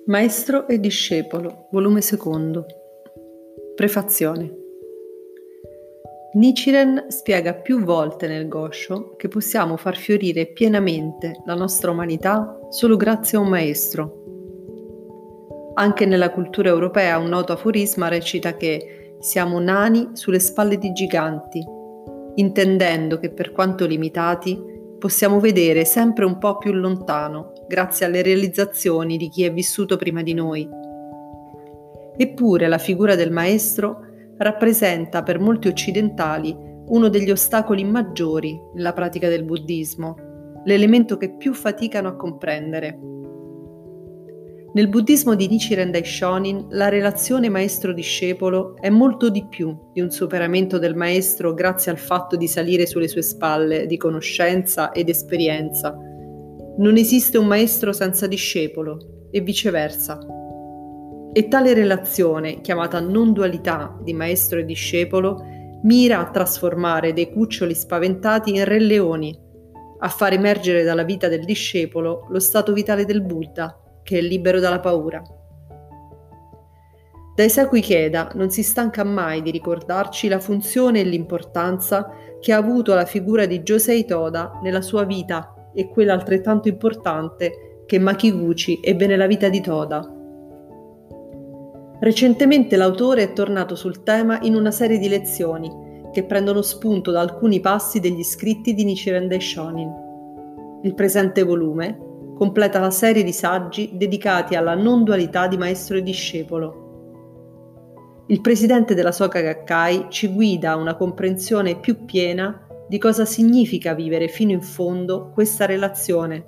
Maestro e discepolo, volume secondo. Prefazione. Nichiren spiega più volte nel Gosho che possiamo far fiorire pienamente la nostra umanità solo grazie a un maestro. Anche nella cultura europea un noto aforisma recita che siamo nani sulle spalle di giganti, intendendo che per quanto limitati possiamo vedere sempre un po' più lontano grazie alle realizzazioni di chi è vissuto prima di noi. Eppure la figura del maestro rappresenta per molti occidentali uno degli ostacoli maggiori nella pratica del buddismo, l'elemento che più faticano a comprendere. Nel buddismo di Nichiren Daishonin la relazione maestro-discepolo è molto di più di un superamento del maestro grazie al fatto di salire sulle sue spalle di conoscenza ed esperienza. Non esiste un maestro senza discepolo e viceversa. E tale relazione, chiamata non dualità di maestro e discepolo, mira a trasformare dei cuccioli spaventati in re leoni, a far emergere dalla vita del discepolo lo stato vitale del Buddha, che è libero dalla paura. Daisaku Ikeda non si stanca mai di ricordarci la funzione e l'importanza che ha avuto la figura di Josei Toda nella sua vita e quella altrettanto importante che Makiguchi ebbe nella vita di Toda. Recentemente l'autore è tornato sul tema in una serie di lezioni che prendono spunto da alcuni passi degli scritti di Nichiren Daishonin. Il presente volume completa la serie di saggi dedicati alla non dualità di maestro e discepolo. Il presidente della Soka Gakkai ci guida a una comprensione più piena di cosa significa vivere fino in fondo questa relazione.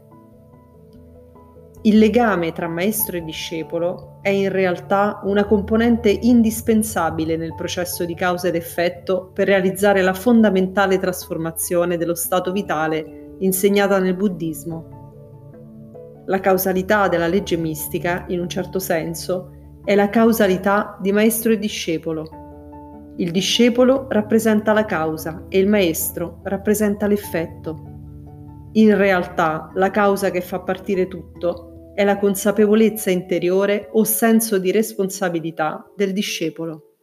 Il legame tra maestro e discepolo è in realtà una componente indispensabile nel processo di causa ed effetto per realizzare la fondamentale trasformazione dello stato vitale insegnata nel buddismo. La causalità della legge mistica, in un certo senso, è la causalità di maestro e discepolo. Il discepolo rappresenta la causa e il maestro rappresenta l'effetto. In realtà, la causa che fa partire tutto è la consapevolezza interiore o senso di responsabilità del discepolo.